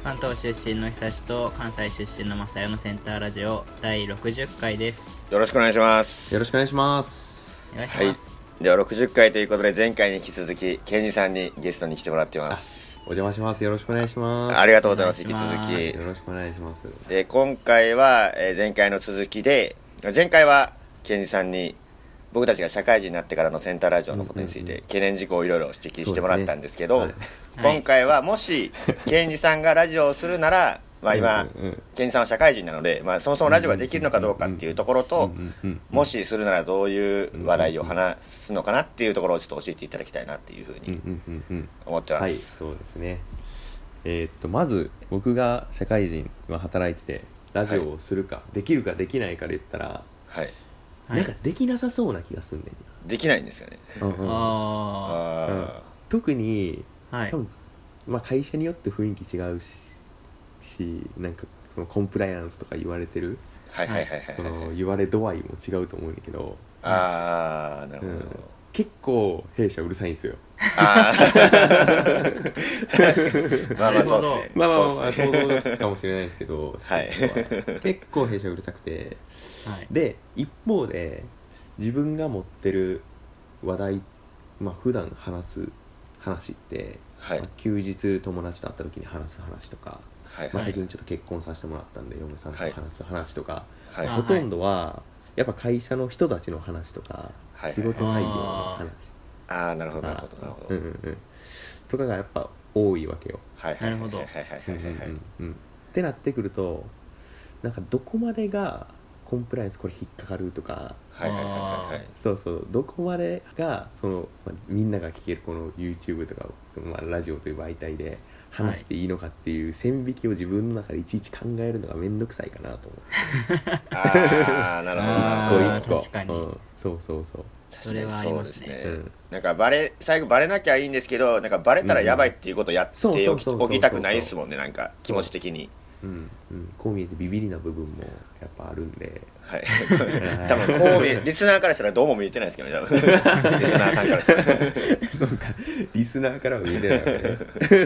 関東出身の久志と関西出身の正代のセンターラジオ第60回です。 よろしくお願いします。 よろしくお願いします。 お願いします。はい、 では60回ということで前回に引き続きケンジさんにゲストに来てもらっています。 お邪魔します。よろしくお願いします。 ありがとうございます。引き続きよろしくお願いします。 で今回は前回の続きで、前回はケンジさんに僕たちが社会人になってからのセンターラジオのことについて懸念事項をいろいろ指摘してもらったんですけど、今回はもしケンジさんがラジオをするなら、今ケンジさんは社会人なので、そもそもラジオができるのかどうかっていうところと、もしするならどういう話題を話すのかなっていうところをちょっと教えていただきたいなっていうふうに思ってます。 はい、そうですね。まず僕が社会人は働いててラジオをするか、できるかできないかで言ったら、なんかできなさそうな気がするんだよね。 できないんですよね。 特に、多分会社によって雰囲気違うし、なんかそのコンプライアンスとか言われてる、その言われ度合いも違うと思うんだけど、 なるほど、 結構弊社うるさいんですよ。 そうですね。 想像がつくかもしれないですけど、結構弊社うるさくて、で一方で自分が持ってる話題、普段話す話って、休日友達と会った時に話す話とか、最近ちょっと結婚させてもらったんで嫁さんと話す話とか、ほとんどはやっぱ会社の人たちの話とか、仕事内容の話、 なるほどなるほどなるほど、 とかがやっぱ多いわけよ。 なるほど。 ってなってくると、なんかどこまでがコンプライアンスこれ引っかかるとか、どこまでがその、みんなが聞けるこの YouTube とかその、ラジオという媒体で話していいのかっていう線引きを自分の中でいちいち考えるのがめんどくさいかなと思って。 なるほど。 一個一個。 確かに。 そうそれはありますね。 なんか最後バレなきゃいいんですけど、なんかバレたらやばいっていうことをやっておきたくないですもんね、なんか気持ち的に。 こう見えてビビりな部分もやっぱあるんで、 多分こうリスナーからしたらどうも見えてないですけどね、多分リスナーさんからしたらそうか、リスナーからは見えてないわけね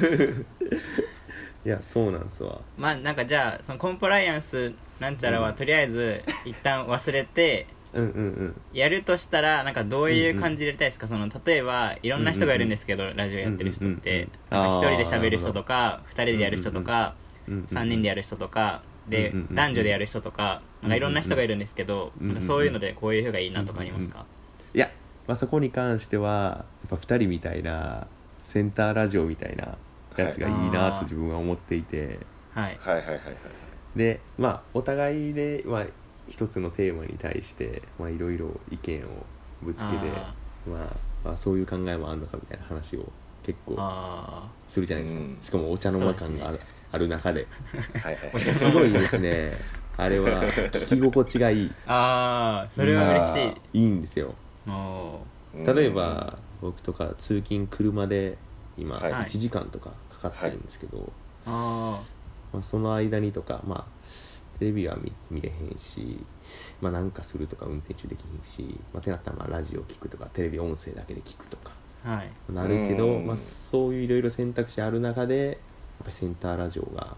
いや、そうなんですわ。 なんかじゃあそのコンプライアンスなんちゃらはとりあえず一旦忘れてやるとしたら、なんかどういう感じでやりたいですか？その例えばいろんな人がいるんですけど、ラジオやってる人って一人で喋る人とか二人でやる人とか3人でやる人とかで、男女でやる人とか、なんかいろんな人がいるんですけど、なんかそういうのでこういう人がいいなとかありますか？ いや、そこに関してはやっぱ2人みたいなセンターラジオみたいなやつがいいなと自分は思っていて、でお互いで一つのテーマに対していろいろ意見をぶつけて、そういう考えもあるのかみたいな話を結構するじゃないですか。しかもお茶の間感がある中ですごいですね。あれは聞き心地がいい。 それは嬉しい。 いいんですよ。例えば僕とか通勤車で今1時間とかかかってるんですけど、その間にとかテレビは 見れへんし、なんかするとか運転中できへんし、ってなったらラジオ聞くとかテレビ音声だけで聞くとか、なるけど、そういういろいろ選択肢ある中でやっぱりセンターラジオが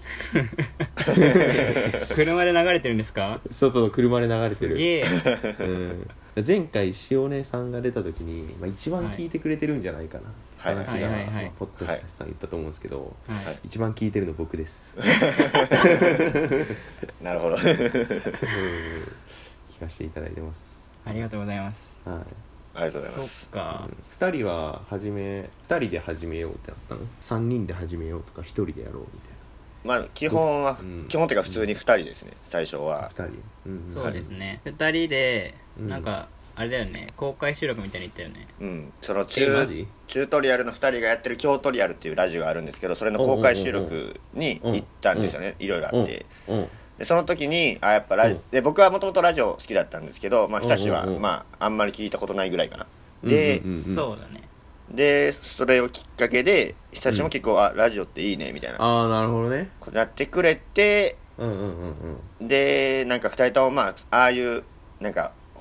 車で流れてるんですか？ そう車で流れてる。 すげえ。 前回塩根さんが出た時に、一番聞いてくれてるんじゃないかな、話が、ポッドキャストさん言ったと思うんですけど、一番聞いてるの僕ですなるほど聞かせていただいてます。 ありがとうございます。 ありがとうございます。 そっか、 2人は2人で始めようってなったの？3人で始めようとか1人でやろうみたいな。 基本っていうか普通に2人ですね、最初は。 2人、 そうですね、2人でなんかあれだよね、公開収録みたいに言ったよね。 そのチュートリアルの2人がやってる京トリアルっていうラジオがあるんですけど、それの公開収録に行ったんですよね。いろいろあって、でその時にやっぱで僕はもともとラジオ好きだったんですけど、久しはあんまり聞いたことないぐらいかな。で、 そうだね。 でそれをきっかけで久しも結構、ラジオっていいねみたいな、 なるほどね、 やってくれて、でなんか2人ともああいうなんか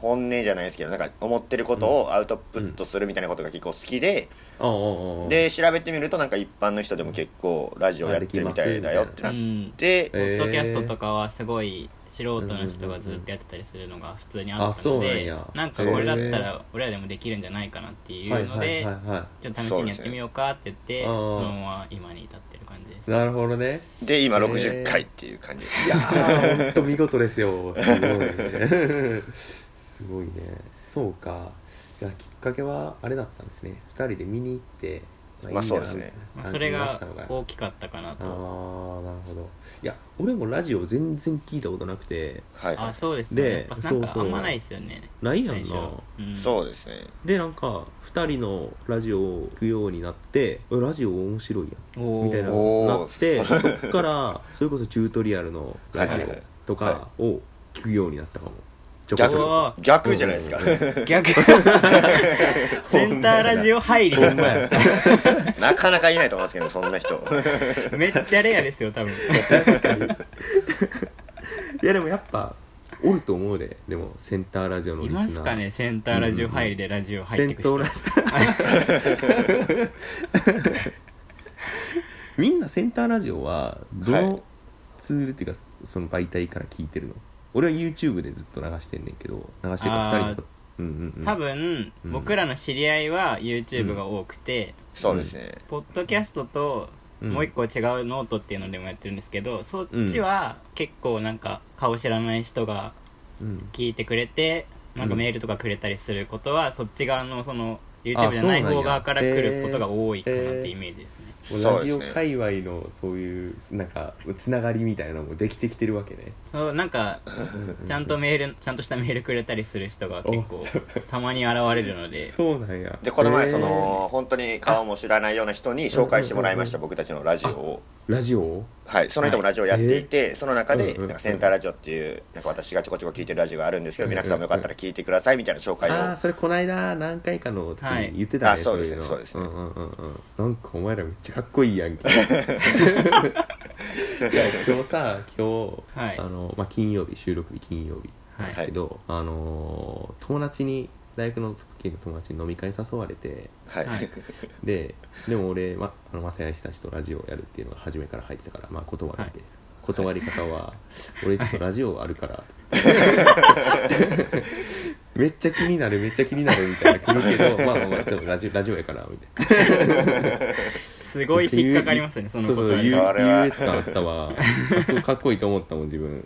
本音じゃないですけどなんか思ってることをアウトプットするみたいなことが結構好きで、で調べてみるとなんか一般の人でも結構ラジオやってるみたいだよってなって、 ポッドキャストとかはすごい素人の人がずっとやってたりするのが普通にあったので、なんかこれだったら俺らでもできるんじゃないかなっていうので、ちょっと試しにやってみようかって言ってそのまま今に至ってる感じです。 なるほどね。 で今60回っていう感じです。 いやーほんと見事ですよ。すごいねすごいね。そうか。じゃあきっかけはあれだったんですね。2人で見に行ってそうですね。 それが大きかったかなと。 ああなるほど。いや俺もラジオ全然聞いたことなくて、 あそうですね。やっぱなんかあんまないですよね。 ないやんな。 そうですね。 でなんか2人のラジオを聞くようになってラジオ面白いやんみたいななってそっからそれこそチュートリアルのラジオとかを聞くようになったかも。 逆じゃないですか。 逆センターラジオ入りですなかなかいないと思いますけどそんな人めっちゃレアですよ多分。 確かにいやでもやっぱおると思うで。でもセンターラジオのリスナーいますかね。センターラジオ入りでラジオ入ってく人、 みんなセンターラジオはどのツールっていうかその媒体から聞いてるの？俺は YouTube でずっと流してんねんけど流してるか2人の多分、僕らの知り合いは YouTube が多くて、 そうですね。 ポッドキャストともう一個違うノートっていうのでもやってるんですけど、そっちは結構なんか顔知らない人が聞いてくれて、なんかメールとかくれたりすることはそっち側のその YouTube じゃない方側から来ることが多いかなってイメージですね。 ラジオ界隈のそういうなんかつながりみたいなのもできてきてるわけね。 そうなんかちゃんとちゃんとしたメールくれたりする人が結構たまに現れるので。 そうなんや。 でこの前その本当に顔も知らないような人に紹介してもらいました。僕たちのラジオを。 ラジオ？ はい、その人もラジオやっていて、その中でなんかセンターラジオっていうなんか私がちょこちょこ聞いてるラジオがあるんですけど、皆さんもよかったら聞いてくださいみたいな紹介を。 それこの間何回かの時に言ってたね。 そうですねそうですね。 なんかお前らめっちゃかっこいいやんけ。いや今日、金曜日収録日金曜日ですけど、友達に大学の時の友達に飲み会に誘われて、でも俺、正谷久志とラジオをやるっていうのが初めから入ってたから、断るわけです。断り方は俺ちょっとラジオあるからめっちゃ気になるみたいな来るけどちょっとラジオやからみたいなすごい引っかかりますねそのことに。 優越感あったわ。かっこいいと思ったもん自分。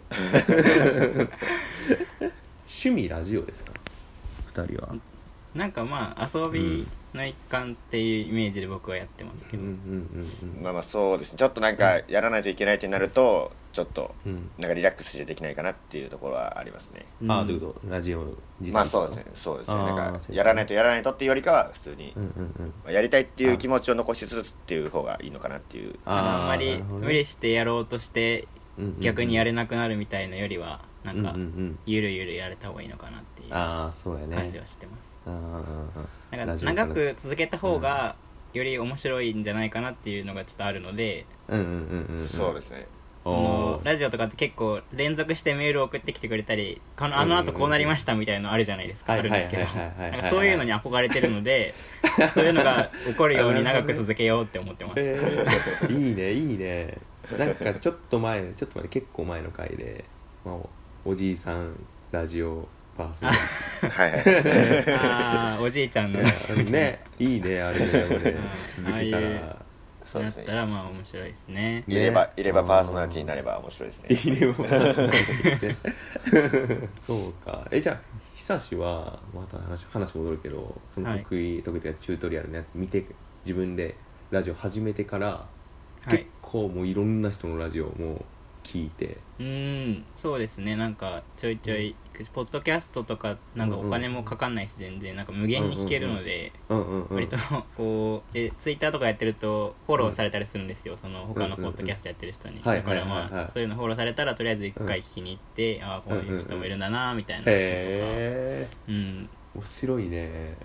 趣味ラジオですか2人は？ なんか遊びの一環っていうイメージで僕はやってますけど、 そうですね。ちょっとなんかやらないといけないってなるとちょっとなんかリラックスしてできないかなっていうところはありますね。 どういうこと？ラジオ自体そうですね。なんかやらないとっていうよりかは普通にやりたいっていう気持ちを残しつつっていう方がいいのかなっていう。 あんまり無理してやろうとして逆にやれなくなるみたいなよりはなんかゆるゆるやれた方がいいのかなっていう感じはしてます。なんか長く続けた方がより面白いんじゃないかなっていうのがちょっとあるので、 そうですね。 そのラジオとかって結構連続してメールを送ってきてくれたり、あの後こうなりましたみたいなのあるじゃないですか。あるんですけど、なんかそういうのに憧れてるのでそういうのが起こるように長く続けようって思ってます。 いいね。なんかちょっと前結構前の回で、おじいさんラジオパーソナリティおじいちゃんのね、いいねあれね続けたらそうですね。 だったら面白いですね。 いればパーソナリティになれば面白いですね。 いればパーソナリティそうか。じゃあ久しはまた話戻るけど、その得意というかチュートリアルのやつ見て自分でラジオ始めてから、結構もういろんな人のラジオも聞いて、 そうですね。なんかちょいちょいポッドキャストとかなんかお金もかかんないし全然なんか無限に聞けるので、割とこうでツイッターとかやってるとフォローされたりするんですよ、その他のポッドキャストやってる人に。だからそういうのフォローされたらとりあえず一回聞きに行って、こういう人もいるんだなみたいなとか。 面白いね。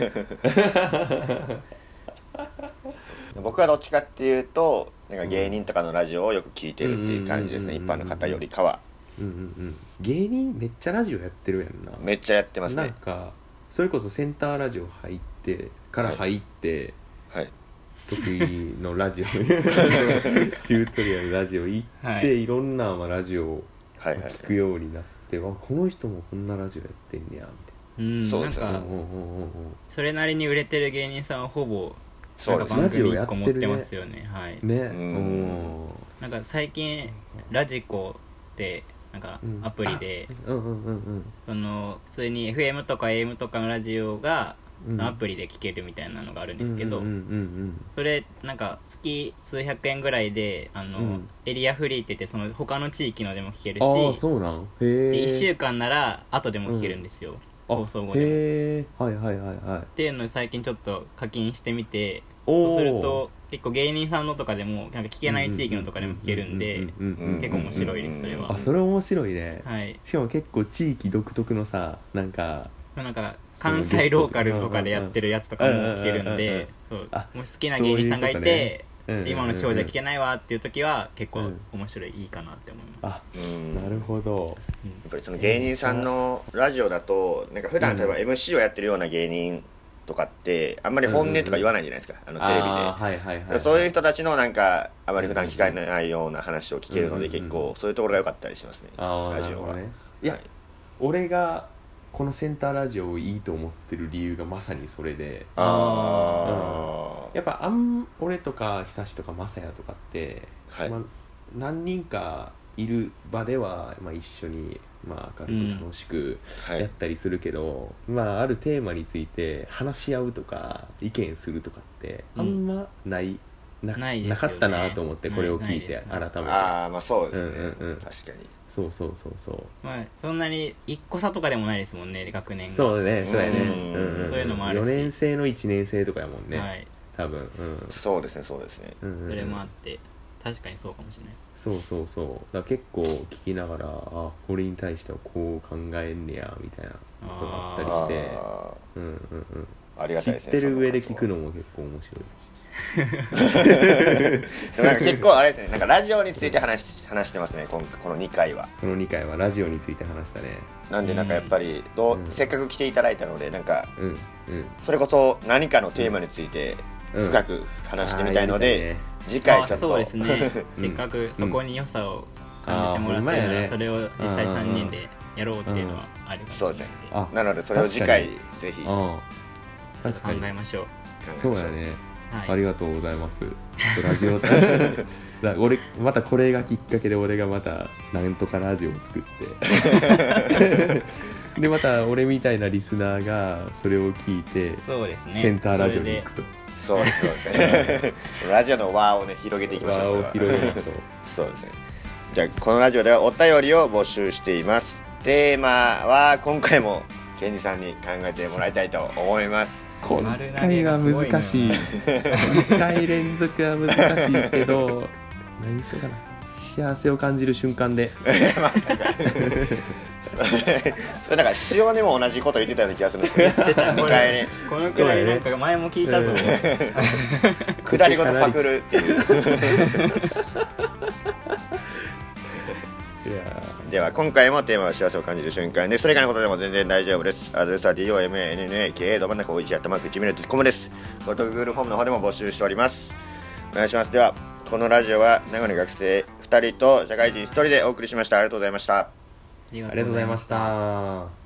僕はどっちかっていうとなんか芸人とかのラジオをよく聞いてるっていう感じですね、一般の方よりかは。 芸人めっちゃラジオやってるやんな。 めっちゃやってますね。 なんかそれこそセンターラジオ入ってから入って、 はい、 得意のラジオチュートリアルラジオ行って、はい、いろんなラジオを聞くようになって、この人もこんなラジオやってんねやみたいな。 そうですね。なんかそれなりに売れてる芸人さんはほぼなんか番組1個持ってますよね。はいね。 なんか最近ラジコってなんかアプリでその普通に FM とか AM とかのラジオがそのアプリで聴けるみたいなのがあるんですけど、それなんか月数百円ぐらいでエリアフリーって言ってその他の地域のでも聴けるし、 そうなん。 で1週間なら後でも聴けるんですよ、放送後でも。っていうのを最近ちょっと課金してみて、そうすると結構芸人さんのとかでもなんか聞けない地域のとかでも聞けるんで結構面白いです。それはそれ面白いね、 はい、 しかも結構地域独特のさなんか関西ローカルとかでやってるやつとかも聞けるんで、もし好きな芸人さんがいて今の地方じゃ聞けないわっていう時は結構面白い、いいかなって思います。 なるほど。 やっぱりその芸人さんのラジオだとなんか普段例えば MC をやってるような芸人とかってあんまり本音とか言わないじゃないですか、テレビで。そういう人たちのなんかあまり普段聞かないような話を聞けるので結構そういうところが良かったりしますね、ラジオは。 いや、俺がこのセンターラジオをいいと思ってる理由がまさにそれで、やっぱ俺とか久しとかまさやとかって、何人かいる場では、一緒に明るく楽しくやったりするけど、あるテーマについて話し合うとか意見するとかってあんまなかったなと思って、これを聞いて改めて。 そうですね、確かに。 そうそんなに1個差とかでもないですもんね、学年が。 そうやね、そういうのもあるし、 4年生の1年生とかやもんね、多分。 そうですね。それもあって確かにそうかもしれないです。 そうだから結構聞きながらこれに対してはこう考えんねやみたいなことがあったりして、 ありがたいですね。 知ってる上で聞くのも結構面白い。 でもなんか結構あれですね、なんかラジオについて話してますね、この2回は。 この2回はラジオについて話したね。 なんでなんかやっぱりせっかく来ていただいたのでなんかそれこそ何かのテーマについて深く話してみたいので、次回ちょっとそうですね、せっかくそこに良さを感じてもらってるならそれを実際3人でやろうっていうのはあります。 そうですね。なのでそれを次回ぜひ考えましょう。 そうだね、ありがとうございます。ラジオ俺またこれがきっかけで俺がまたなんとかラジオを作ってでまた俺みたいなリスナーがそれを聞いてセンターラジオに行くと。 そうですねラジオの輪をね広げていきましょう。 輪を広げましょう。 そうですね。じゃあこのラジオではお便りを募集しています。テーマは今回もケンジさんに考えてもらいたいと思います。 今回は難しい2回連続は難しいけど何しようかな。幸せを感じる瞬間でそれなんか塩にも同じこと言ってたような気がするんですけど2回ね、 このくらいなんか前も聞いたぞ、 下りごとパクるっていうでは今回もテーマは幸せを感じる瞬間で、それ以外のことでも全然大丈夫です。アドレスは DOMANNAKA ど真ん中51@gmail.com です。ごと Google フォームの方でも募集しております。お願いします。ではこのラジオは名古屋の学生2人と社会人1人でお送りしました。ありがとうございました。 ありがとうございました。